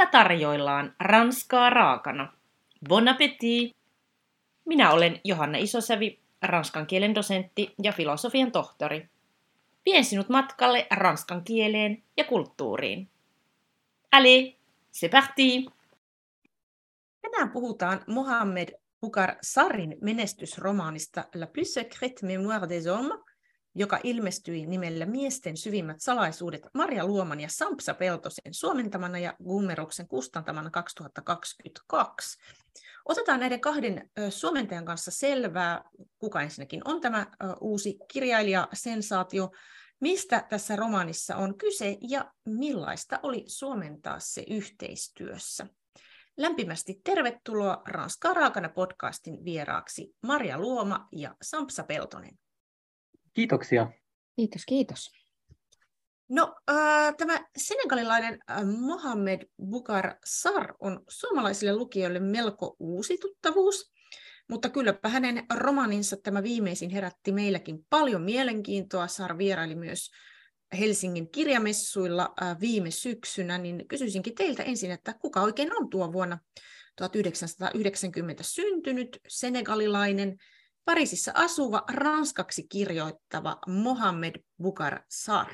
tarjoillaan ranskaa raakana. Bon appétit! Minä olen Johanna Isosävi, ranskan kielen dosentti ja filosofian tohtori. Vien sinut matkalle ranskan kieleen ja kulttuuriin. Allez, c'est parti! Tänään puhutaan Mohamed Boucar Sarrin menestysromaanista La plus secrète mémoire des hommes, joka ilmestyi nimellä Miesten syvimmät salaisuudet Marja Luoman ja Sampsa Peltosen suomentamana ja Gummeruksen kustantamana 2022. Otetaan näiden kahden suomentajan kanssa selvää, kuka ensinnäkin on tämä uusi kirjailija-sensaatio, mistä tässä romaanissa on kyse ja millaista oli suomentaa se yhteistyössä. Lämpimästi tervetuloa Ranskaa raakana podcastin vieraaksi Marja Luoma ja Sampsa Peltonen. Kiitoksia. Kiitos. No, tämä senegalilainen Mohamed Boucar Sarr on suomalaisille lukijoille melko uusi tuttavuus, mutta kylläpä hänen romaaninsa tämä viimeisin herätti meilläkin paljon mielenkiintoa. Sarr vieraili myös Helsingin kirjamessuilla viime syksynä, niin kysyisinkin teiltä ensin, että kuka oikein on tuo vuonna 1990 syntynyt senegalilainen, Pariisissa asuva, ranskaksi kirjoittava Mohamed Boucar Sarr?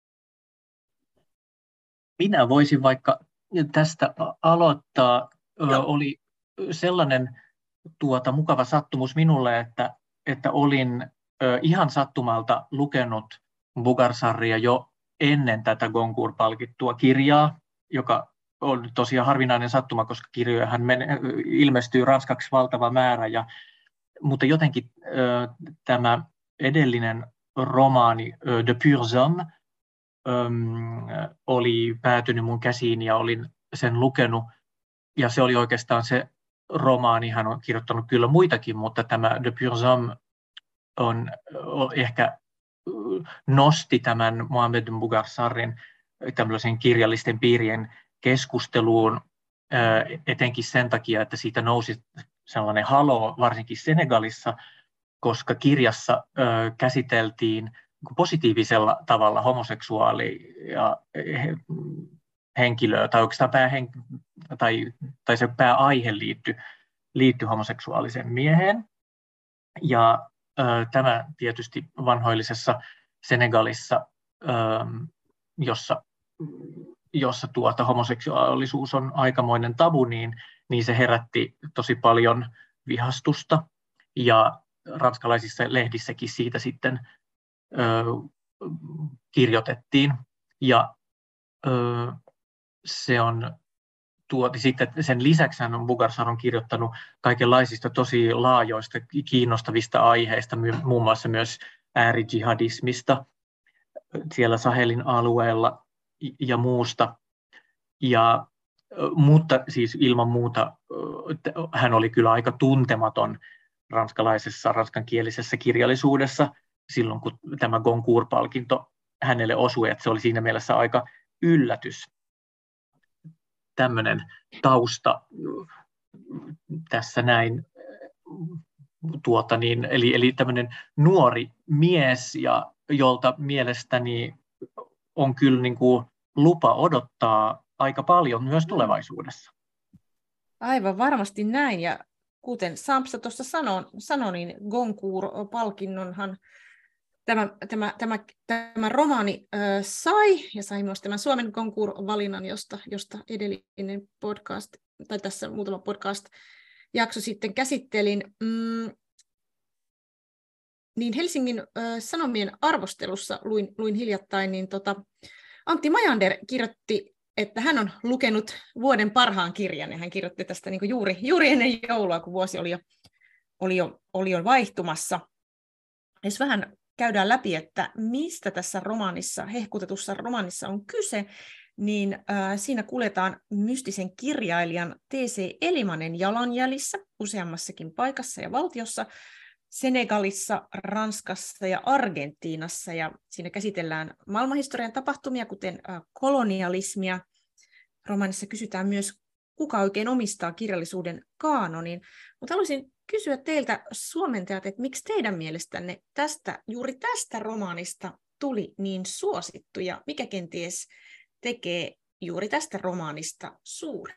Minä voisin vaikka tästä aloittaa. Oli sellainen mukava sattumus minulle, että olin ihan sattumalta lukenut Boucar Sarria jo ennen tätä Goncourt-palkittua kirjaa, joka on tosiaan harvinainen sattuma, koska kirjojahan ilmestyy ranskaksi valtava määrä. Mutta jotenkin tämä edellinen romaani De Purs Hommes oli päätynyt mun käsiin ja olin sen lukenut. Ja se oli oikeastaan se romaani, hän on kirjoittanut kyllä muitakin, mutta tämä De Purs Hommes on ehkä nosti tämän Mohamed Boucar Sarrin tämmöisen kirjallisten piirien keskusteluun etenkin sen takia, että siitä nousi sellainen haloo varsinkin Senegalissa, koska kirjassa käsiteltiin positiivisella tavalla homoseksuaalia henkilöä, tai oikeastaan tai se pääaihe liittyi homoseksuaaliseen mieheen. Ja tämä tietysti vanhoillisessa Senegalissa, jossa homoseksuaalisuus on aikamoinen tabu, niin se herätti tosi paljon vihastusta. Ja ranskalaisissa lehdissäkin siitä sitten kirjoitettiin. Ja se on sitten sen lisäksi hän on Boucar Sarr on kirjoittanut kaikenlaisista tosi laajoista, kiinnostavista aiheista, muun muassa myös äärijihadismista siellä Sahelin alueella ja muusta. Mutta siis ilman muuta hän oli kyllä aika tuntematon ranskankielisessä kirjallisuudessa silloin, kun tämä Goncourt-palkinto hänelle osui, että se oli siinä mielessä aika yllätys. Tämmöinen tausta tässä näin, eli tämmöinen nuori mies, jolta mielestäni on kyllä niin kuin lupa odottaa aika paljon myös tulevaisuudessa. Aivan varmasti näin, ja kuten Sampsa tuossa sanoi, niin Goncourt-palkinnonhan tämä romaani sai myös tämän Suomen Goncourt-valinnan, josta edellinen podcast, tai tässä muutama podcast-jakso sitten käsittelin. Niin Helsingin Sanomien arvostelussa luin hiljattain, niin Antti Majander kirjoitti, että hän on lukenut vuoden parhaan kirjan, ja hän kirjoitti tästä niin kuin juuri ennen joulua, kun vuosi oli jo vaihtumassa. Jos vähän käydään läpi, että mistä tässä hehkutetussa romaanissa on kyse, niin siinä kuljetaan mystisen kirjailijan T.C. Elimanen jalanjäljissä useammassakin paikassa ja valtiossa, Senegalissa, Ranskassa ja Argentiinassa, ja siinä käsitellään maailmanhistorian tapahtumia, kuten kolonialismia. Romaanissa kysytään myös, kuka oikein omistaa kirjallisuuden kaanonin, mutta haluaisin kysyä teiltä suomentajat, että miksi teidän mielestänne juuri tästä romaanista tuli niin suosittu, ja mikä kenties tekee juuri tästä romaanista suuren?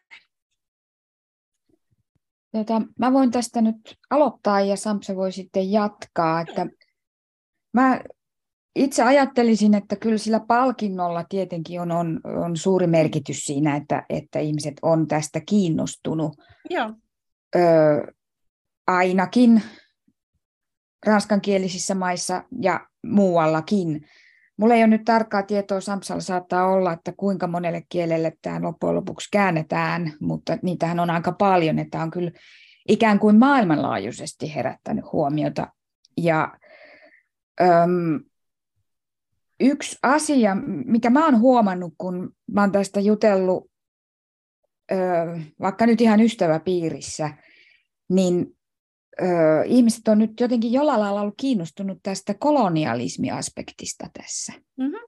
Mä voin tästä nyt aloittaa ja Sampsa voi sitten jatkaa. Että mä itse ajattelisin, että kyllä sillä palkinnolla tietenkin on suuri merkitys siinä, että ihmiset on tästä kiinnostunut. Joo. Ainakin ranskankielisissä maissa ja muuallakin. Mulla ei ole nyt tarkkaa tietoa, Sampsalla saattaa olla, että kuinka monelle kielelle tämä loppujen lopuksi käännetään, mutta niitähän on aika paljon, että on kyllä ikään kuin maailmanlaajuisesti herättänyt huomiota. Ja yksi asia, mikä mä oon huomannut, kun mä oon tästä jutellut vaikka nyt ihan ystäväpiirissä, niin ihmiset on nyt jotenkin jollain lailla ollut kiinnostunut tästä kolonialismiaspektista tässä. Mm-hmm.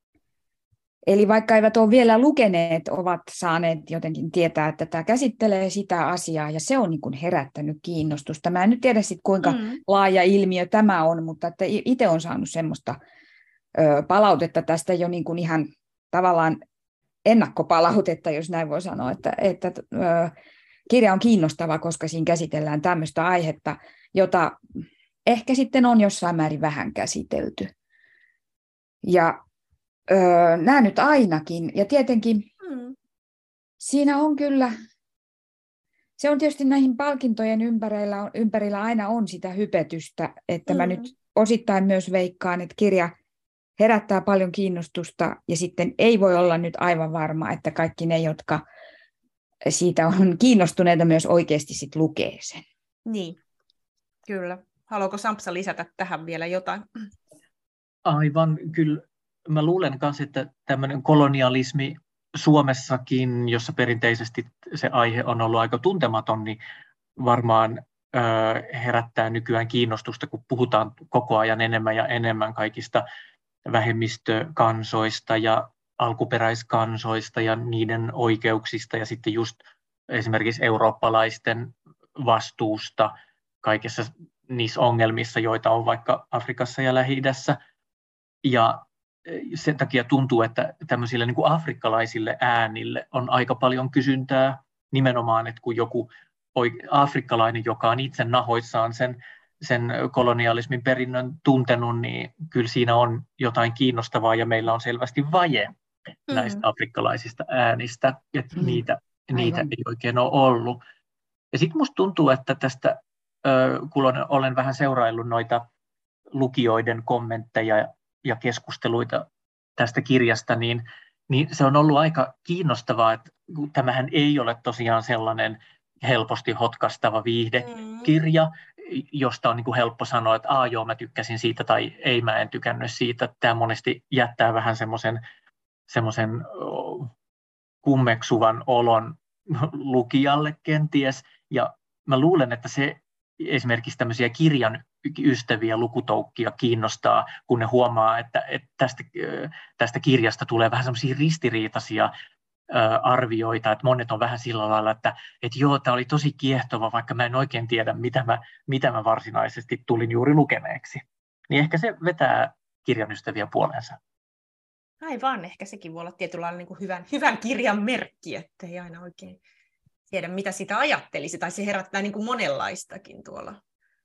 Eli vaikka eivät ole vielä lukeneet, ovat saaneet jotenkin tietää, että tämä käsittelee sitä asiaa, ja se on niin kuin herättänyt kiinnostusta. Mä en nyt tiedä sit, kuinka laaja ilmiö tämä on, mutta että itse olen saanut semmoista palautetta tästä jo niin kuin ihan tavallaan ennakkopalautetta, jos näin voi sanoa, että kirja on kiinnostava, koska siinä käsitellään tämmöistä aihetta, jota ehkä sitten on jossain määrin vähän käsitelty. Ja nämä nyt ainakin. Ja tietenkin siinä on kyllä, se on tietysti näihin palkintojen ympärillä aina on sitä hypetystä, että mä nyt osittain myös veikkaan, että kirja herättää paljon kiinnostusta ja sitten ei voi olla nyt aivan varma, että kaikki ne, jotka siitä on kiinnostuneita, myös oikeasti sit lukee sen. Niin, kyllä. Haluaako Sampsa lisätä tähän vielä jotain? Aivan, kyllä. Mä luulen myös, että tämmöinen kolonialismi Suomessakin, jossa perinteisesti se aihe on ollut aika tuntematon, niin varmaan herättää nykyään kiinnostusta, kun puhutaan koko ajan enemmän ja enemmän kaikista vähemmistökansoista ja alkuperäiskansoista ja niiden oikeuksista ja sitten just esimerkiksi eurooppalaisten vastuusta kaikissa niissä ongelmissa, joita on vaikka Afrikassa ja Lähi-idässä. Ja sen takia tuntuu, että tämmöisille niin kuin afrikkalaisille äänille on aika paljon kysyntää nimenomaan, että kun joku afrikkalainen, joka on itse nahoissaan sen kolonialismin perinnön tuntenut, niin kyllä siinä on jotain kiinnostavaa ja meillä on selvästi vaje näistä afrikkalaisista äänistä, että niitä ei oikein ole ollut. Ja sitten musta tuntuu, että tästä, kun olen vähän seuraillut noita lukijoiden kommentteja ja keskusteluita tästä kirjasta, niin se on ollut aika kiinnostavaa, että tämähän ei ole tosiaan sellainen helposti hotkastava viihdekirja, josta on niin kuin helppo sanoa, että joo, mä tykkäsin siitä tai ei, mä en tykännyt siitä. Tämä monesti jättää vähän semmoisen kummeksuvan olon lukijalle kenties. Ja mä luulen, että se esimerkiksi tämmöisiä kirjan ystäviä, lukutoukkia kiinnostaa, kun ne huomaa, että tästä kirjasta tulee vähän semmoisia ristiriitaisia arvioita, että monet on vähän sillä lailla, että joo, tämä oli tosi kiehtova, vaikka mä en oikein tiedä, mitä mä varsinaisesti tulin juuri lukeneeksi. Niin ehkä se vetää kirjan ystäviä puoleensa. Aivan, ehkä sekin voi olla tietynlainen niin kuin hyvän kirjan merkki, että ei aina oikein tiedä, mitä sitä ajattelisi, tai se herättää niin kuin monenlaistakin tuolla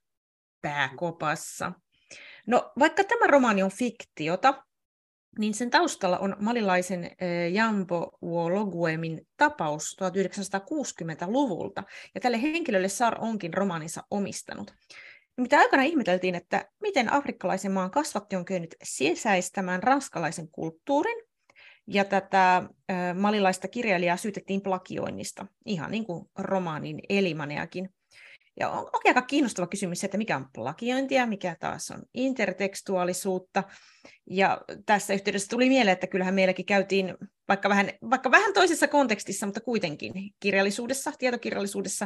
pääkopassa. No, vaikka tämä romaani on fiktiota, niin sen taustalla on malilaisen Jambo Ouologuemin tapaus 1960-luvulta, ja tälle henkilölle Sarr onkin romaaninsa omistanut. Mitä aikana ihmeteltiin, että miten afrikkalaisen maan kasvatti on kyennyt sisäistämään ranskalaisen kulttuurin, ja tätä malilaista kirjailijaa syytettiin plagioinnista, ihan niin kuin romaanin Elimaneakin. Ja onkin aika kiinnostava kysymys se, että mikä on plagiointia, mikä taas on intertekstuaalisuutta. Ja tässä yhteydessä tuli mieleen, että kyllähän meilläkin käytiin, vaikka vähän toisessa kontekstissa, mutta kuitenkin kirjallisuudessa, tietokirjallisuudessa,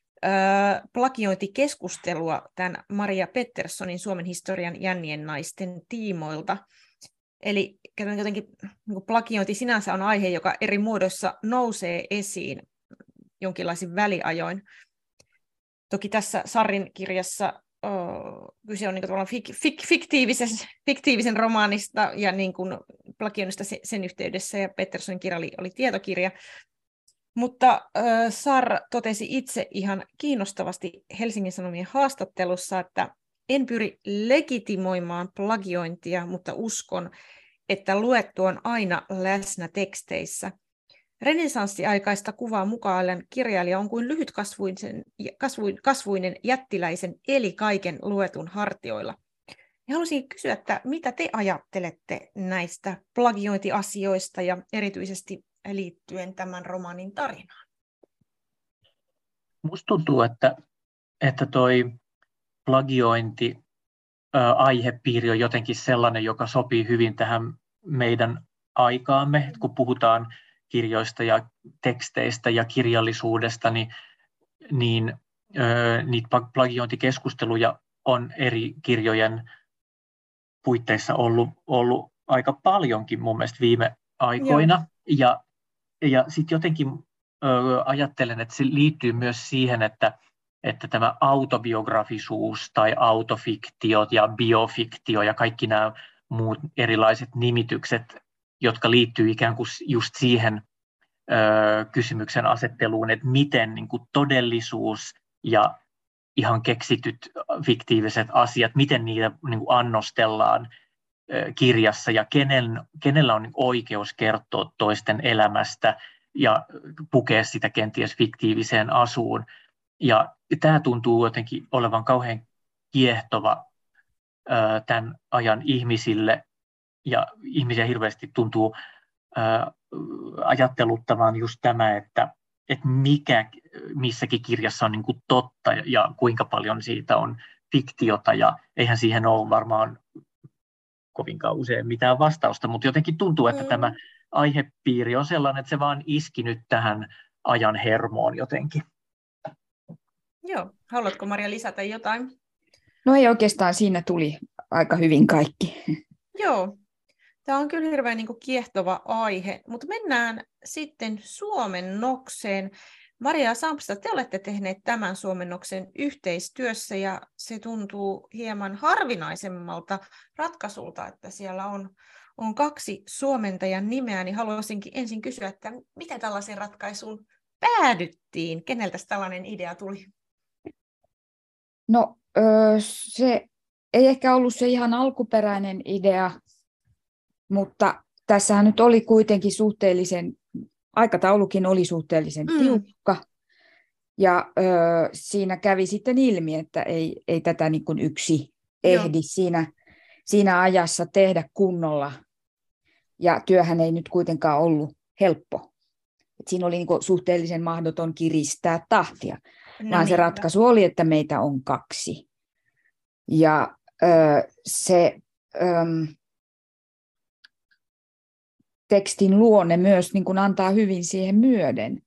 plagiointikeskustelua tämän Maria Petterssonin Suomen historian jännien naisten tiimoilta. Eli jotenkin plagiointi sinänsä on aihe, joka eri muodoissa nousee esiin jonkinlaisin väliajoin. Toki tässä Sarrin kirjassa kyse on niin kuin fiktiivisen romaanista ja niin kuin plagioinnista sen yhteydessä, ja Petterssonin kirja oli tietokirja. Mutta Sarr totesi itse ihan kiinnostavasti Helsingin Sanomien haastattelussa, että en pyri legitimoimaan plagiointia, mutta uskon, että luettu on aina läsnä teksteissä. Renessanssiaikaista kuvaa mukaillen kirjailija on kuin lyhytkasvuinen jättiläisen eli kaiken luetun hartioilla. Ja haluaisin kysyä, että mitä te ajattelette näistä plagiointiasioista ja erityisesti liittyen tämän romaanin tarinaan? Musta tuntuu, että toi plagiointi aihepiiri on jotenkin sellainen, joka sopii hyvin tähän meidän aikaamme. Kun puhutaan kirjoista ja teksteistä ja kirjallisuudesta, niin niitä plagiointikeskusteluja on eri kirjojen puitteissa ollut aika paljonkin mun mielestä viime aikoina. Ja sitten jotenkin ajattelen, että se liittyy myös siihen, että tämä autobiografisuus tai autofiktiot ja biofiktio ja kaikki nämä muut erilaiset nimitykset, jotka liittyy ikään kuin just siihen kysymyksen asetteluun, että miten niin kuin todellisuus ja ihan keksityt fiktiiviset asiat, miten niitä niin kuin annostellaan kirjassa ja kenellä on niin oikeus kertoa toisten elämästä ja pukea sitä kenties fiktiiviseen asuun. Ja tämä tuntuu jotenkin olevan kauhean kiehtova tämän ajan ihmisille, ja ihmisiä hirveästi tuntuu ajatteluttavan just tämä, että mikä missäkin kirjassa on niin kuin totta ja kuinka paljon siitä on fiktiota, ja eihän siihen ole varmaan kovinkaan usein mitään vastausta, mutta jotenkin tuntuu, että tämä aihepiiri on sellainen, että se vaan iski nyt tähän ajan hermoon jotenkin. Joo, haluatko Maria lisätä jotain? No ei oikeastaan, siinä tuli aika hyvin kaikki. Joo, tämä on kyllä hirveän niin kuin kiehtova aihe, mutta mennään sitten suomennokseen. Maria ja Sampsa, te olette tehneet tämän suomennoksen yhteistyössä ja se tuntuu hieman harvinaisemmalta ratkaisulta, että siellä on 2 suomentajan nimeä, niin haluaisinkin ensin kysyä, että miten tällaisen ratkaisuun päädyttiin? Keneltä tällainen idea tuli? No se ei ehkä ollut se ihan alkuperäinen idea, mutta tässähän nyt oli kuitenkin aikataulukin oli suhteellisen tiukka. Ja siinä kävi sitten ilmi, että ei tätä niin kuin yksi ehdi siinä ajassa tehdä kunnolla. Ja työhän ei nyt kuitenkaan ollut helppo. Et siinä oli niin kuin suhteellisen mahdoton kiristää tahtia. Vaan se ratkaisu oli, että meitä on 2. Ja se tekstin luonne myös niin kuin antaa hyvin siihen myöden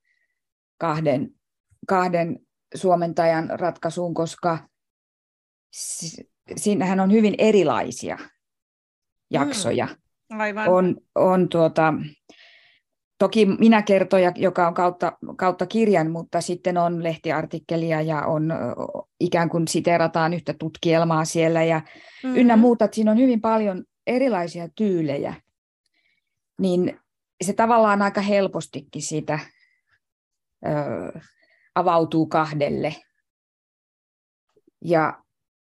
kahden suomentajan ratkaisuun, koska siinähän on hyvin erilaisia jaksoja. Aivan. On toki minäkertoja, joka on kautta kirjan, mutta sitten on lehtiartikkelia ja on ikään kuin siteerataan yhtä tutkielmaa siellä ja ynnä muuta. Siinä on hyvin paljon erilaisia tyylejä. Niin se tavallaan aika helpostikin siitä avautuu 2. Ja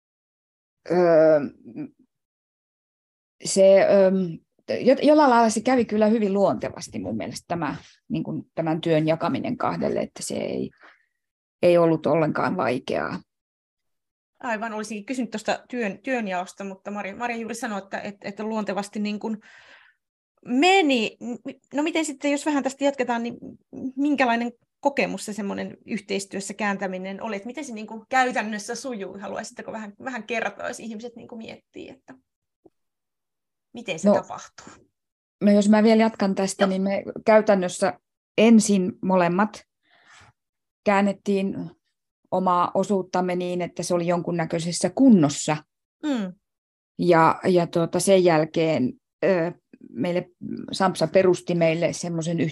jollain lailla se kävi kyllä hyvin luontevasti mun mielestä tämän työn jakaminen 2, että se ei ollut ollenkaan vaikeaa. Aivan, olisinkin kysynyt tuosta työnjaosta, mutta Maria juuri sanoi, että luontevasti niin kuin meni. No miten sitten, jos vähän tästä jatketaan, niin minkälainen kokemus se semmoinen yhteistyössä kääntäminen oli, että miten se niin kuin käytännössä sujuu? Haluaisitteko vähän kertoa, jos ihmiset niin kuin miettii, että miten se tapahtuu? No jos mä vielä jatkan tästä, niin me käytännössä ensin molemmat käännettiin omaa osuuttamme niin, että se oli jonkunnäköisessä kunnossa. Ja sen jälkeen Sampsa perusti meille semmoisen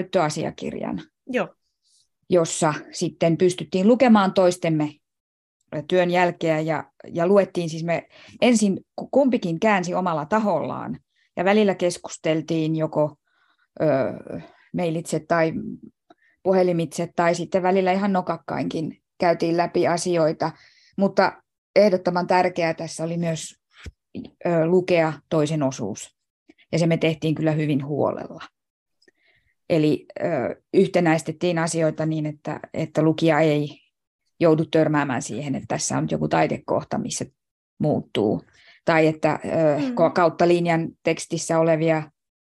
yhteiskäyttöasiakirjan, jossa sitten pystyttiin lukemaan toistemme työn jälkeä ja luettiin, siis me ensin kumpikin käänsi omalla tahollaan ja välillä keskusteltiin joko mailitse tai puhelimitse tai sitten välillä ihan nokakkainkin käytiin läpi asioita, mutta ehdottoman tärkeää tässä oli myös lukea toisen osuus ja se me tehtiin kyllä hyvin huolella. Eli yhtenäistettiin asioita niin, että lukija ei joudu törmäämään siihen, että tässä on joku taidekohta, missä muuttuu. Tai että kautta linjan tekstissä olevia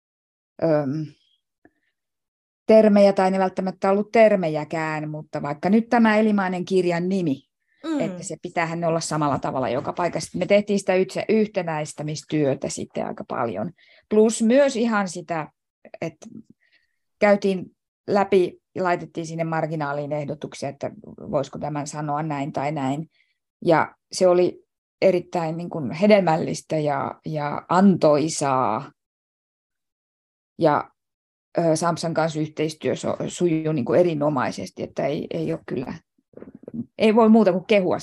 termejä, tai ne välttämättä ollut termejäkään, mutta vaikka nyt tämä Elimainen kirjan nimi, että se pitäähän olla samalla tavalla joka paikassa. Me tehtiin sitä yhtenäistämistyötä sitten aika paljon. Plus myös ihan sitä, että käytiin läpi ja laitettiin sinne marginaaliin ehdotuksia, että voisiko tämän sanoa näin tai näin. Ja se oli erittäin niin kuin hedelmällistä ja antoisaa. Ja Sampsan kanssa yhteistyö sujuu niin kuin erinomaisesti, että ei ole kyllä, ei voi muuta kuin kehua.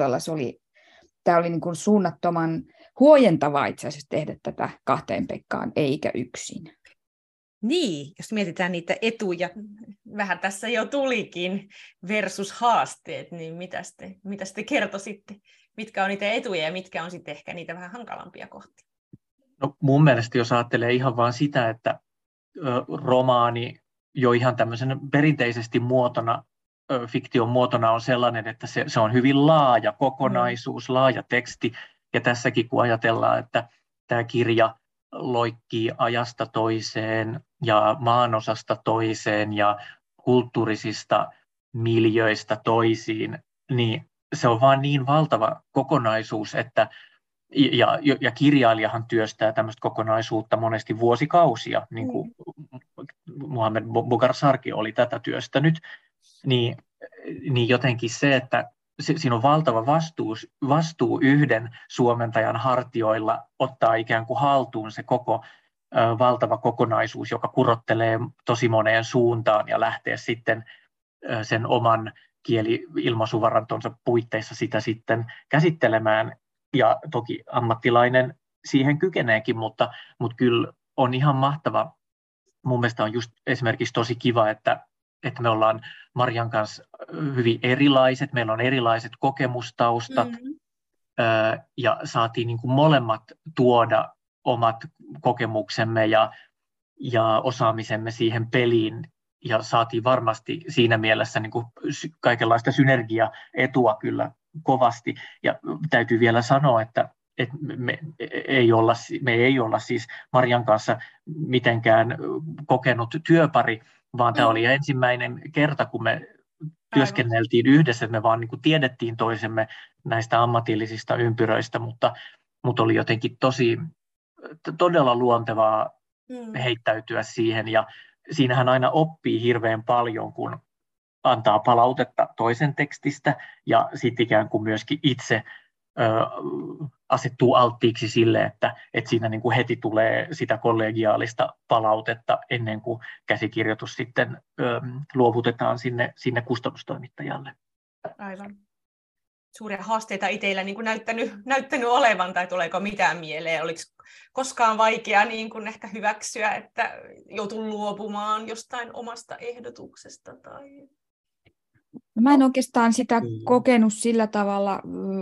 Tämä oli niin kuin suunnattoman huojentavaa itse asiassa tehdä tätä kahteen Pekkaan, eikä yksin. Niin, jos mietitään niitä etuja, vähän tässä jo tulikin, versus haasteet, niin mitä te kertoisitte? Mitkä on niitä etuja ja mitkä on sitten ehkä niitä vähän hankalampia kohtia? No, mun mielestä jos ajattelee ihan vaan sitä, että romaani jo ihan tämmöisen perinteisesti muotona, fiktion muotona on sellainen, että se on hyvin laaja kokonaisuus, laaja teksti. Ja tässäkin kun ajatellaan, että tämä kirja loikkii ajasta toiseen ja maanosasta toiseen ja kulttuurisista miljöistä toisiin, niin se on vaan niin valtava kokonaisuus, että ja kirjailijahan työstää tämmöistä kokonaisuutta monesti vuosikausia, niin kuin Mohamed Bogarsarki oli tätä työstänyt, niin jotenkin se, että siinä on valtava vastuu yhden suomentajan hartioilla ottaa ikään kuin haltuun se koko valtava kokonaisuus, joka kurottelee tosi moneen suuntaan ja lähtee sitten sen oman kieli-ilmaisuvarantonsa puitteissa sitä sitten käsittelemään. Ja toki ammattilainen siihen kykeneekin, mutta kyllä on ihan mahtava. Mun mielestä on just esimerkiksi tosi kiva, että me ollaan Marjan kanssa hyvin erilaiset, meillä on erilaiset kokemustaustat ja saatiin niin kuin molemmat tuoda omat kokemuksemme ja osaamisemme siihen peliin ja saatiin varmasti siinä mielessä niin kuin kaikenlaista synergiaetua kyllä kovasti. Ja täytyy vielä sanoa, että me ei olla siis Marjan kanssa mitenkään kokenut työpari, vaan tämä oli ensimmäinen kerta, kun me työskenneltiin yhdessä, että me vaan niin kuin tiedettiin toisemme näistä ammatillisista ympyröistä, mutta oli jotenkin todella luontevaa heittäytyä siihen, ja siinähän aina oppii hirveän paljon, kun antaa palautetta toisen tekstistä, ja sitten ikään kuin myöskin itse asettuu alttiiksi sille, että siinä niin kuin heti tulee sitä kollegiaalista palautetta ennen kuin käsikirjoitus sitten luovutetaan sinne kustannustoimittajalle. Aivan. Suuria haasteita itsellä niin kuin näyttänyt olevan, tai tuleeko mitään mieleen? Oliko koskaan vaikea niin kuin ehkä hyväksyä, että joutuu luopumaan jostain omasta ehdotuksesta? Tai... No, mä en oikeastaan sitä kokenut sillä tavalla,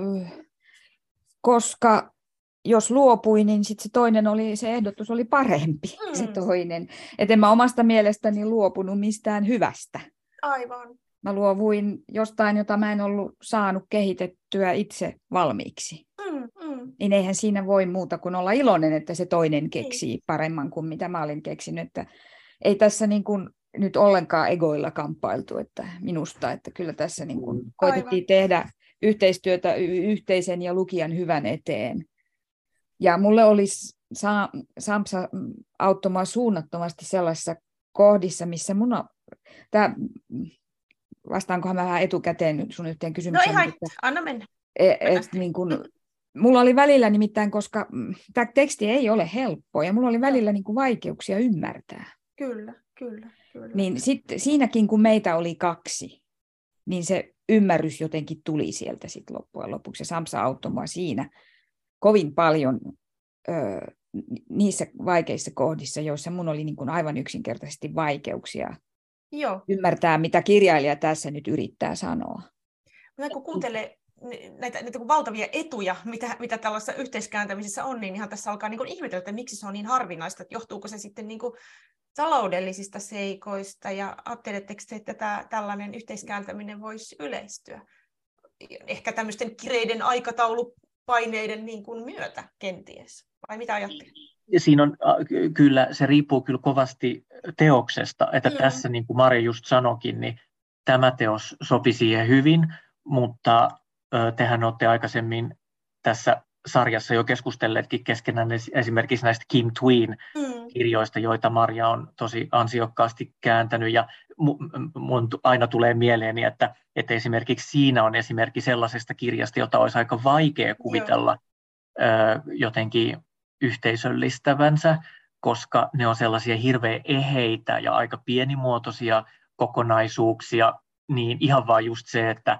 koska jos luopuin, niin sit se ehdotus oli parempi, se toinen. Et en mä omasta mielestäni luopunut mistään hyvästä. Aivan. Mä luovuin jostain, jota mä en ollut saanut kehitettyä itse valmiiksi. Niin eihän siinä voi muuta kuin olla iloinen, että se toinen keksii paremman kuin mitä mä olin keksinyt. Että ei tässä niin kuin nyt ollenkaan egoilla kamppailtu, että minusta, että kyllä tässä niin kuin koitettiin tehdä yhteistyötä yhteisen ja lukijan hyvän eteen. Ja mulle olisi Sampsa auttoi mua suunnattomasti sellaisissa kohdissa, missä mun on, vastaankohan mä vähän etukäteen sun yhteen kysymykseen. No ihan, anna mennä. Niin kun, mulla oli välillä nimittäin, koska tämä teksti ei ole helppo, ja mulla oli välillä niin kuin vaikeuksia ymmärtää. Kyllä. Niin sitten siinäkin, kun meitä oli kaksi, niin se ymmärrys jotenkin tuli sieltä sit loppujen lopuksi. Ja Sampsa auttoi mua siinä kovin paljon niissä vaikeissa kohdissa, joissa mun oli niin kuin aivan yksinkertaisesti vaikeuksia ymmärtää, mitä kirjailija tässä nyt yrittää sanoa. Kun kuuntelee näitä valtavia etuja, mitä tällaisessa yhteiskääntämisessä on, niin ihan tässä alkaa niin ihmetellä, että miksi se on niin harvinaista, että johtuuko se sitten niin taloudellisista seikoista, ja ajatteletteko te, että tällainen yhteiskääntäminen voisi yleistyä? Ehkä tämmöisten kireiden aikataulupaineiden niin kuin myötä kenties, vai mitä ajattelet? Siinä on kyllä, se riippuu kyllä kovasti teoksesta, että tässä niin kuin Marja just sanoikin, niin tämä teos sopi siihen hyvin, mutta tehän olette aikaisemmin tässä sarjassa jo keskustelleetkin keskenään esimerkiksi näistä Kim Tween kirjoista, joita Marja on tosi ansiokkaasti kääntänyt, ja mun aina tulee mieleeni, että esimerkiksi siinä on esimerkki sellaisesta kirjasta, jota olisi aika vaikea kuvitella jotenkin yhteisöllistävänsä, koska ne on sellaisia hirveän eheitä ja aika pienimuotoisia kokonaisuuksia, niin ihan vaan just se, että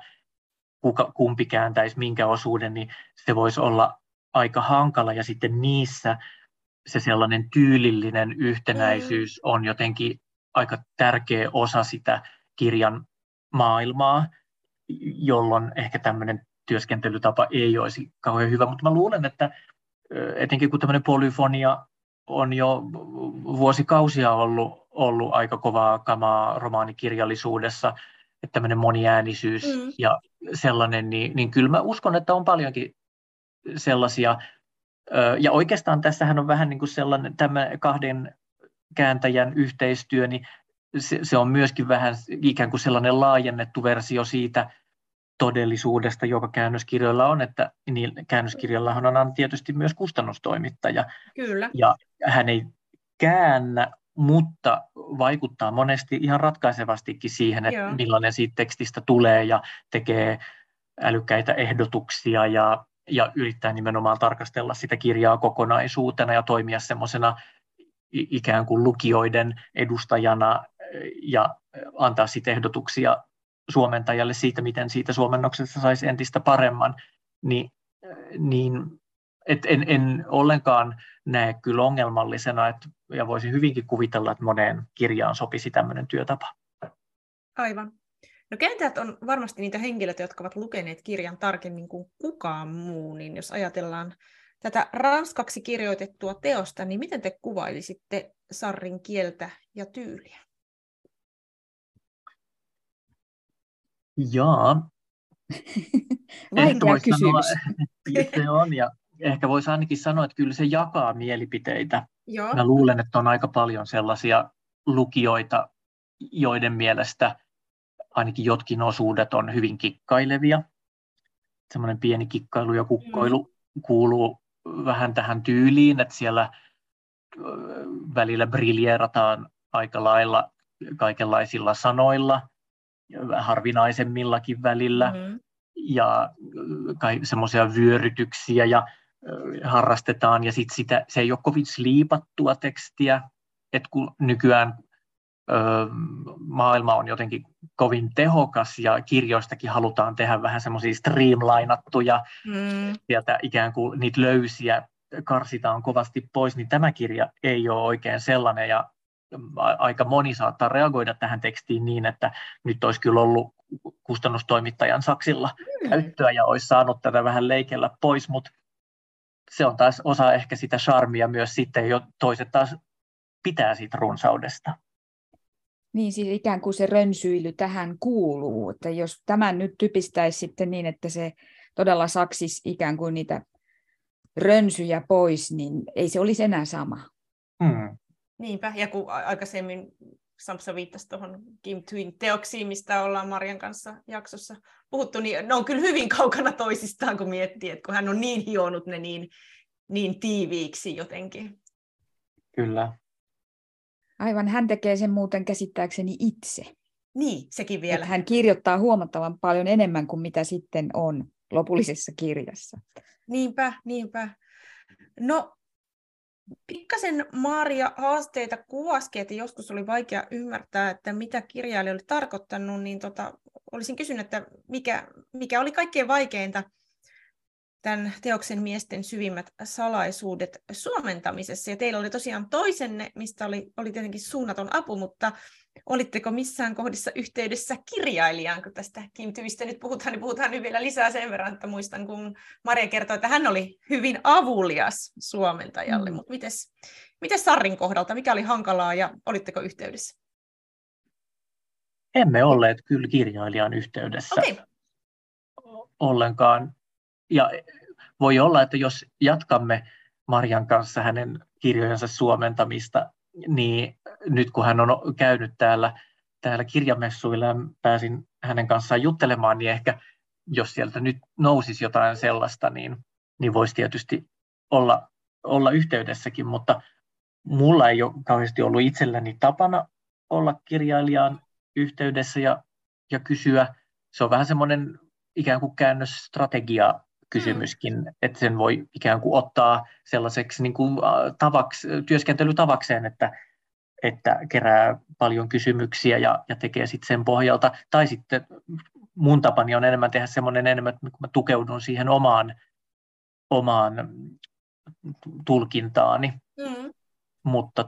kumpi kääntäisi minkä osuuden, niin se voisi olla aika hankala, ja sitten niissä se sellainen tyylillinen yhtenäisyys on jotenkin aika tärkeä osa sitä kirjan maailmaa, jolloin ehkä tämmöinen työskentelytapa ei olisi kauhean hyvä, mutta mä luulen, että etenkin kun tämmöinen polyfonia on jo vuosikausia ollut aika kovaa kamaa romaanikirjallisuudessa, että tämmöinen moniäänisyys ja sellainen, niin kyllä mä uskon, että on paljonkin sellaisia. Ja oikeastaan tässähän on vähän niin kuin sellainen tämä kahden kääntäjän yhteistyö, niin se on myöskin vähän ikään kuin sellainen laajennettu versio siitä todellisuudesta, joka käännöskirjoilla on, että niin käännöskirjallahan on tietysti myös kustannustoimittaja. Kyllä. Ja hän ei käännä, mutta vaikuttaa monesti ihan ratkaisevastikin siihen, että millainen siitä tekstistä tulee, ja tekee älykkäitä ehdotuksia ja yrittää nimenomaan tarkastella sitä kirjaa kokonaisuutena ja toimia semmoisena ikään kuin lukijoiden edustajana ja antaa sitten ehdotuksia suomentajalle siitä, miten siitä suomennoksesta saisi entistä paremman, en ollenkaan näe kyllä ongelmallisena, ja voisin hyvinkin kuvitella, että moneen kirjaan sopisi tämmöinen työtapa. Aivan. No kääntäjät on varmasti niitä henkilöitä, jotka ovat lukeneet kirjan tarkemmin kuin kukaan muu, niin jos ajatellaan tätä ranskaksi kirjoitettua teosta, niin miten te kuvailisitte Sarrin kieltä ja tyyliä? Jaa. Vaikea kysymys. Se on, ja ehkä voisi ainakin sanoa, että kyllä se jakaa mielipiteitä. Joo. Mä luulen, että on aika paljon sellaisia lukijoita, joiden mielestä ainakin jotkin osuudet on hyvin kikkailevia. Semmoinen pieni kikkailu ja kukkoilu kuuluu vähän tähän tyyliin, että siellä välillä briljeerataan aika lailla kaikenlaisilla sanoilla, harvinaisemmillakin välillä, ja semmoisia vyörytyksiä ja harrastetaan, ja sitten se ei ole kovin sliipattua tekstiä, että kun nykyään maailma on jotenkin kovin tehokas ja kirjoistakin halutaan tehdä vähän semmoisia streamlainattuja, sieltä ikään kuin niitä löysiä karsitaan kovasti pois, niin tämä kirja ei ole oikein sellainen, ja aika moni saattaa reagoida tähän tekstiin niin, että nyt olisi kyllä ollut kustannustoimittajan saksilla käyttöä ja olisi saanut tätä vähän leikellä pois, mutta se on taas osa ehkä sitä charmia myös sitten, jo toiset taas pitää siitä runsaudesta. Niin, siis ikään kuin se rönsyily tähän kuuluu, että jos tämän nyt typistäisi sitten niin, että se todella saksisi ikään kuin niitä rönsyjä pois, niin ei se olisi enää sama. Niinpä, ja kun aikaisemmin Sampsa viittasi tuohon Kim Tween teoksiin, mistä ollaan Marjan kanssa jaksossa puhuttu, niin ne on kyllä hyvin kaukana toisistaan, kun miettii, että kun hän on niin hionut ne niin tiiviiksi jotenkin. Kyllä. Aivan, hän tekee sen muuten käsittääkseni itse. Niin, sekin vielä. Että hän kirjoittaa huomattavan paljon enemmän kuin mitä sitten on lopullisessa kirjassa. Niinpä. No, pikkasen Marja haasteita kuvasikin, että joskus oli vaikea ymmärtää, että mitä kirjailija oli tarkoittanut, niin olisin kysynyt, että mikä oli kaikkein vaikeinta tämän teoksen Miesten syvimmät salaisuudet suomentamisessa. Ja teillä oli tosiaan toisenne, mistä oli tietenkin suunnaton apu, mutta olitteko missään kohdissa yhteydessä kirjailijaan, kun tästä Kim Tuvistä nyt puhutaan, niin puhutaan nyt vielä lisää sen verran, että muistan, kun Maria kertoi, että hän oli hyvin avulias suomentajalle. Mutta miten Sarrin kohdalta, mikä oli hankalaa ja olitteko yhteydessä? Emme olleet kyllä kirjailijan yhteydessä ollenkaan. Ja voi olla, että jos jatkamme Marian kanssa hänen kirjojensa suomentamista, niin nyt kun hän on käynyt täällä kirjamessuilla ja pääsin hänen kanssaan juttelemaan, niin ehkä jos sieltä nyt nousisi jotain sellaista, niin voisi tietysti olla yhteydessäkin, mutta mulla ei ole kauheasti ollut itselläni tapana olla kirjailijaan yhteydessä ja kysyä. Se on vähän semmoinen ikään kuin käännösstrategia-kysymyskin, että sen voi ikään kuin ottaa sellaiseksi niin kuin työskentelytavakseen, että kerää paljon kysymyksiä ja tekee sitten sen pohjalta. Tai sitten mun tapani on enemmän tehdä semmoinen että mä tukeudun siihen omaan tulkintaani. Mutta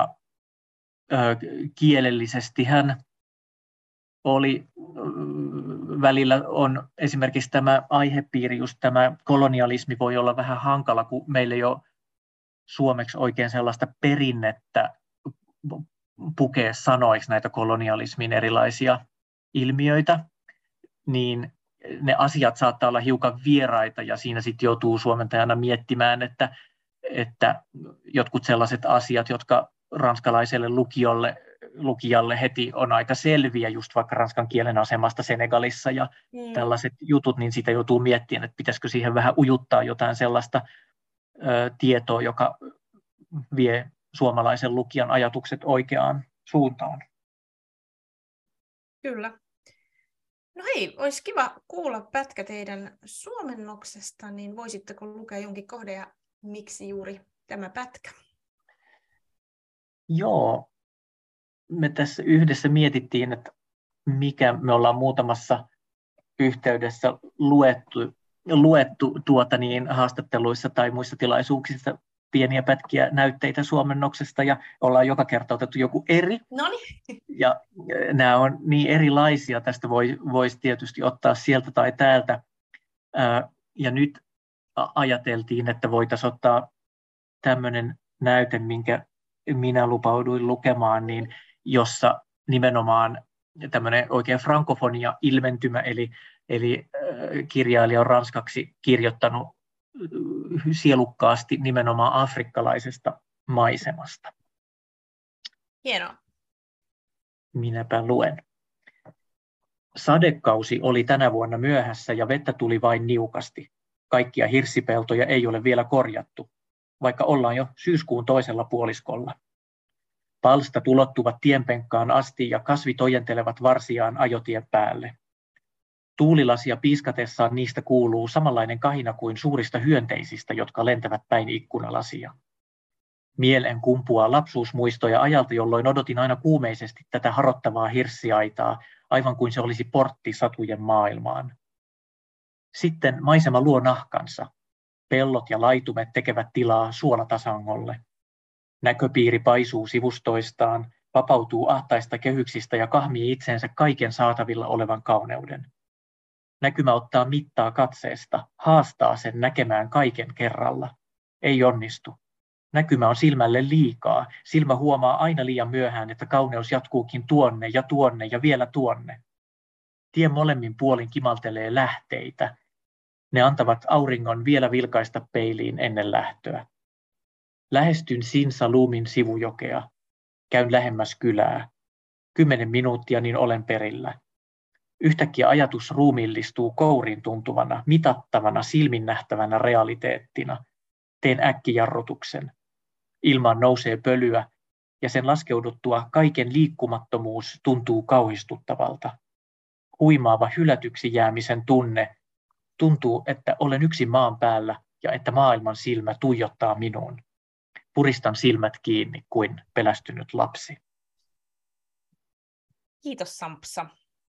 kielellisesti hän oli välillä on esimerkiksi tämä aihepiiri, just tämä kolonialismi voi olla vähän hankala, kun meillä ei ole suomeksi oikein sellaista perinnettä pukea sanoiksi näitä kolonialismin erilaisia ilmiöitä, niin ne asiat saattaa olla hiukan vieraita ja siinä sitten joutuu suomentajana miettimään, että jotkut sellaiset asiat, jotka ranskalaiselle lukijalle heti on aika selviä, just vaikka ranskan kielen asemasta Senegalissa ja tällaiset jutut, niin sitä joutuu miettimään, että pitäisikö siihen vähän ujuttaa jotain sellaista tietoa, joka vie suomalaisen lukijan ajatukset oikeaan suuntaan. Kyllä. No hei, olisi kiva kuulla pätkä teidän suomennoksesta, niin voisitteko lukea jonkin kohdan ja miksi juuri tämä pätkä? Joo, me tässä yhdessä mietittiin, että me ollaan muutamassa yhteydessä luettu haastatteluissa tai muissa tilaisuuksissa pieniä pätkiä näytteitä suomennoksesta ja ollaan joka kerta otettu joku eri. Noniin. Ja nämä on niin erilaisia, tästä voisi tietysti ottaa sieltä tai täältä. Ja nyt ajateltiin, että voitaisiin ottaa tämmöinen näyte, minkä minä lupauduin lukemaan, niin jossa nimenomaan tämmöinen oikein frankofonia-ilmentymä, eli kirjailija on ranskaksi kirjoittanut sielukkaasti nimenomaan afrikkalaisesta maisemasta. Hienoa. Minäpä luen. Sadekausi oli tänä vuonna myöhässä ja vettä tuli vain niukasti. Kaikkia hirssipeltoja ei ole vielä korjattu, vaikka ollaan jo syyskuun toisella puoliskolla. Palstat ulottuvat tienpenkkaan asti ja kasvit ojentelevat varsiaan ajotien päälle. Tuulilasia piiskatessaan niistä kuuluu samanlainen kahina kuin suurista hyönteisistä, jotka lentävät päin ikkunalasia. Mieleen kumpuaa lapsuusmuistoja ajalta, jolloin odotin aina kuumeisesti tätä harottavaa hirssiaitaa, aivan kuin se olisi portti satujen maailmaan. Sitten maisema luo nahkansa. Pellot ja laitumet tekevät tilaa suolatasangolle. Näköpiiri paisuu sivustoistaan, vapautuu ahtaista kehyksistä ja kahmii itseensä kaiken saatavilla olevan kauneuden. Näkymä ottaa mittaa katseesta, haastaa sen näkemään kaiken kerralla. Ei onnistu. Näkymä on silmälle liikaa. Silmä huomaa aina liian myöhään, että kauneus jatkuukin tuonne ja vielä tuonne. Tien molemmin puolin kimaltelee lähteitä. Ne antavat auringon vielä vilkaista peiliin ennen lähtöä. Lähestyn Sinsalumin sivujokea. Käyn lähemmäs kylää. 10 minuuttia, niin olen perillä. Yhtäkkiä ajatus ruumiillistuu kourin tuntuvana, mitattavana, silminnähtävänä realiteettina. Teen äkkijarrutuksen. Ilmaan nousee pölyä, ja sen laskeuduttua kaiken liikkumattomuus tuntuu kauhistuttavalta. Huimaava hylätyksi jäämisen tunne. Tuntuu, että olen yksin maan päällä ja että maailman silmä tuijottaa minuun. Puristan silmät kiinni kuin pelästynyt lapsi. Kiitos Sampsa.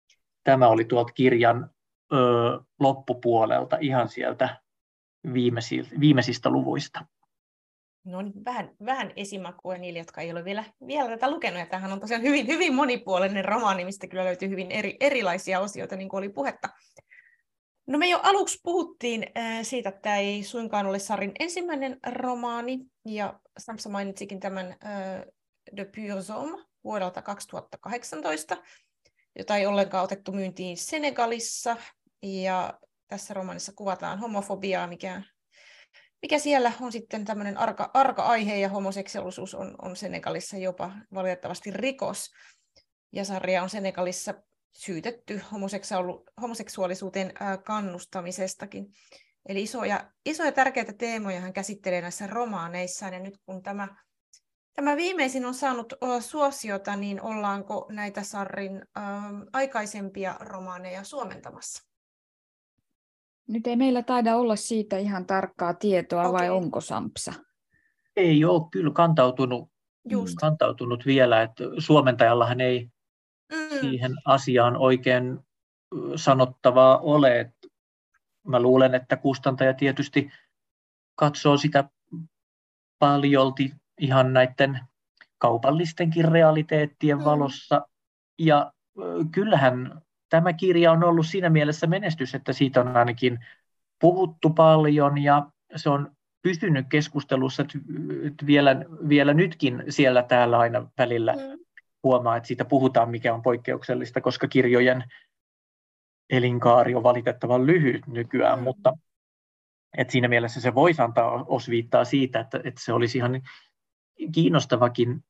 tämä oli tuolta kirjan loppupuolelta, ihan sieltä viimeisistä luvuista. No niin, vähän esimakua niille, jotka ei ole vielä tätä lukenut. Ja tämähän on tosiaan hyvin, hyvin monipuolinen romaani, mistä kyllä löytyy hyvin erilaisia osioita, niin kuin oli puhetta. No me jo aluksi puhuttiin siitä, että tämä ei suinkaan ole Sarrin ensimmäinen romaani, ja Sampsa mainitsikin tämän De Purs Hommes vuodelta 2018, jota ei ollenkaan otettu myyntiin Senegalissa, ja tässä romaanissa kuvataan homofobiaa, mikä siellä on sitten tämmöinen arka aihe, ja homoseksuaalisuus on Senegalissa jopa valitettavasti rikos, ja Sarria on Senegalissa syytetty homoseksuaalisuuteen kannustamisestakin. Eli isoja tärkeitä teemoja hän käsittelee näissä romaaneissaan, ja nyt kun tämä viimeisin on saanut suosiota, niin ollaanko näitä Sarrin aikaisempia romaaneja suomentamassa? Nyt ei meillä taida olla siitä ihan tarkkaa tietoa, vai onko Sampsa? Ei ole kyllä kantautunut vielä, että suomentajallahan ei siihen asiaan oikein sanottavaa ole. Mä luulen, että kustantaja tietysti katsoo sitä paljolti ihan näiden kaupallistenkin realiteettien valossa. Ja kyllähän tämä kirja on ollut siinä mielessä menestys, että siitä on ainakin puhuttu paljon ja se on pysynyt keskustelussa vielä nytkin siellä täällä aina välillä. Huomaa, että siitä puhutaan, mikä on poikkeuksellista, koska kirjojen elinkaari on valitettavan lyhyt nykyään, mutta että siinä mielessä se voisi antaa osviittaa siitä, että se olisi ihan kiinnostavakin,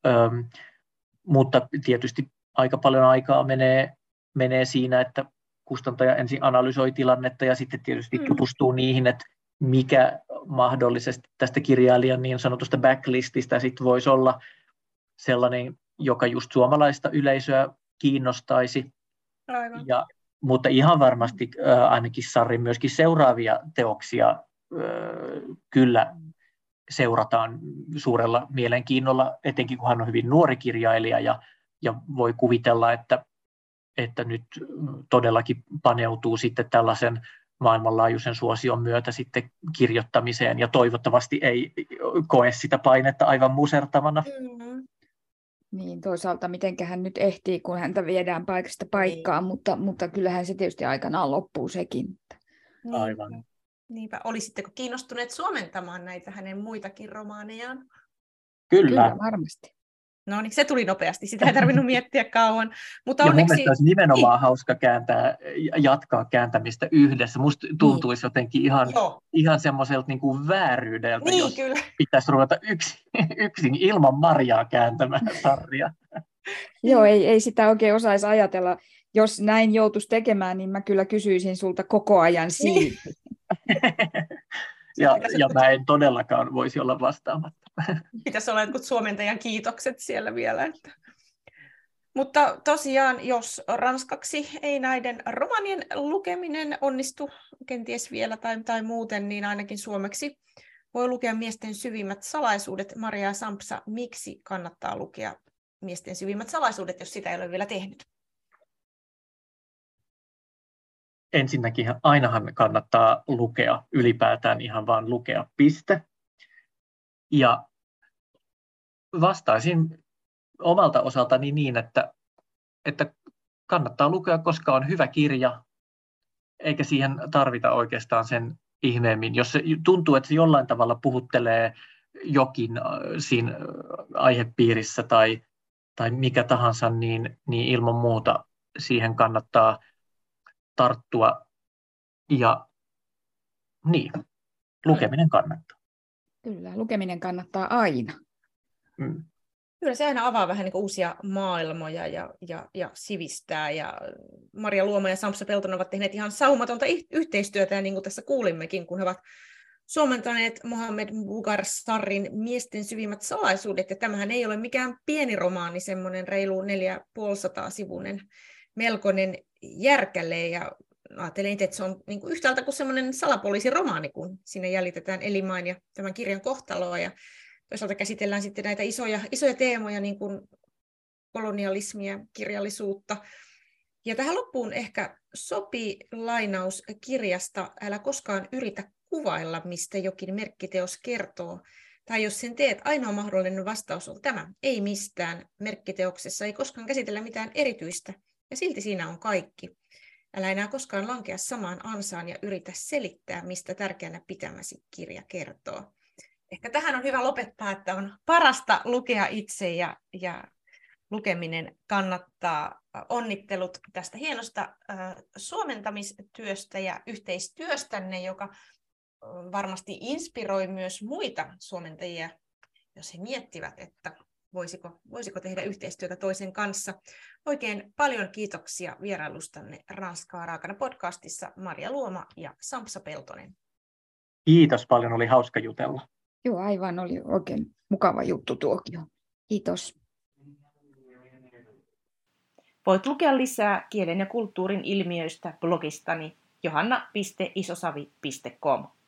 mutta tietysti aika paljon aikaa menee siinä, että kustantaja ensin analysoi tilannetta ja sitten tietysti tutustuu niihin, että mikä mahdollisesti tästä kirjailijan niin sanotusta backlististä sitten voisi olla sellainen, joka just suomalaista yleisöä kiinnostaisi. Aivan. Mutta ihan varmasti ainakin Sarrin myöskin seuraavia teoksia kyllä seurataan suurella mielenkiinnolla, etenkin kun hän on hyvin nuori kirjailija ja voi kuvitella, että nyt todellakin paneutuu sitten tällaisen maailmanlaajuisen suosion myötä sitten kirjoittamiseen ja toivottavasti ei koe sitä painetta aivan musertavana. Niin, toisaalta mitenköhän nyt ehtii, kun häntä viedään paikasta paikkaan, mutta kyllähän se tietysti aikanaan loppuu sekin. Aivan. Niinpä. Olisitteko kiinnostuneet suomentamaan näitä hänen muitakin romaanejaan? Kyllä varmasti. No niin, se tuli nopeasti. Sitä ei tarvinnut miettiä kauan. Mutta ja onneksi... mun mielestä olisi nimenomaan hauska jatkaa kääntämistä yhdessä. Musta tuntuisi jotenkin ihan semmoiselta niin kuin vääryydeltä, jos kyllä. pitäisi ruveta yksin ilman Marjaa kääntämään Sarria. Joo, ei sitä oikein osaisi ajatella. Jos näin joutuisi tekemään, niin mä kyllä kysyisin sulta koko ajan siitä. ja mä en todellakaan voisi olla vastaamatta. Pitäisi olla jotkut suomentajan kiitokset siellä vielä. Mutta tosiaan, jos ranskaksi ei näiden romanien lukeminen onnistu kenties vielä tai muuten, niin ainakin suomeksi voi lukea Miesten syvimmät salaisuudet. Maria ja Sampsa, miksi kannattaa lukea Miesten syvimmät salaisuudet, jos sitä ei ole vielä tehnyt? Ensinnäkin ainahan kannattaa lukea, ylipäätään ihan vaan lukea, piste. Ja vastaisin omalta osaltani niin, että kannattaa lukea, koska on hyvä kirja, eikä siihen tarvita oikeastaan sen ihmeemmin. Jos se tuntuu, että se jollain tavalla puhuttelee jokin siinä aihepiirissä tai mikä tahansa, niin ilman muuta siihen kannattaa tarttua. Ja niin, lukeminen kannattaa. Kyllä, lukeminen kannattaa aina. Kyllä se aina avaa vähän niin kuin uusia maailmoja ja sivistää. Ja Maria Luoma ja Sampsa Peltonen ovat tehneet ihan saumatonta yhteistyötä, ja niin kuin tässä kuulimmekin, kun he ovat suomentaneet Mohamed Mbougar Sarrin Miesten syvimmät salaisuudet. Ja tämähän ei ole mikään pieni romaani, semmoinen reilu 450-sivuinen melkoinen järkälle. Ja ajattelin, että se on niin kuin yhtäältä kuin semmoinen salapoliisiromaani, kun sinne jäljitetään Elimain ja tämän kirjan kohtaloa. Ja toisaalta käsitellään sitten näitä isoja teemoja, niin kuin kolonialismia, kirjallisuutta. Ja tähän loppuun ehkä sopii lainaus kirjasta Älä koskaan yritä kuvailla, mistä jokin merkkiteos kertoo. Tai jos sen teet, ainoa mahdollinen vastaus on tämä. Ei mistään. Merkkiteoksessa ei koskaan käsitellä mitään erityistä. Ja silti siinä on kaikki. Älä enää koskaan lankea samaan ansaan ja yritä selittää, mistä tärkeänä pitämäsi kirja kertoo. Ehkä tähän on hyvä lopettaa, että on parasta lukea itse ja lukeminen kannattaa. Onnittelut tästä hienosta suomentamistyöstä ja yhteistyöstänne, joka varmasti inspiroi myös muita suomentajia, jos he miettivät, että voisiko tehdä yhteistyötä toisen kanssa. Oikein paljon kiitoksia vierailustanne Ranskaa raakana podcastissa, Maria Luoma ja Sampsa Peltonen. Kiitos paljon, oli hauska jutella. Joo, aivan, oli oikein mukava juttu tuokio. Kiitos. Voit lukea lisää kielen ja kulttuurin ilmiöistä blogistani johanna.isosavi.com.